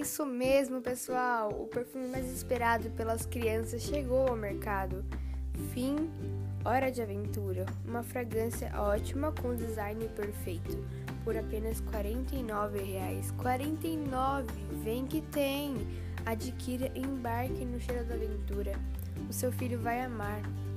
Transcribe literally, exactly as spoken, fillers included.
Isso mesmo, pessoal! O perfume mais esperado pelas crianças chegou ao mercado. Fim, Hora de Aventura. Uma fragrância ótima com design perfeito. Por apenas quarenta e nove reais. quarenta e nove reais! Vem que tem! Adquira e embarque no cheiro da aventura. O seu filho vai amar.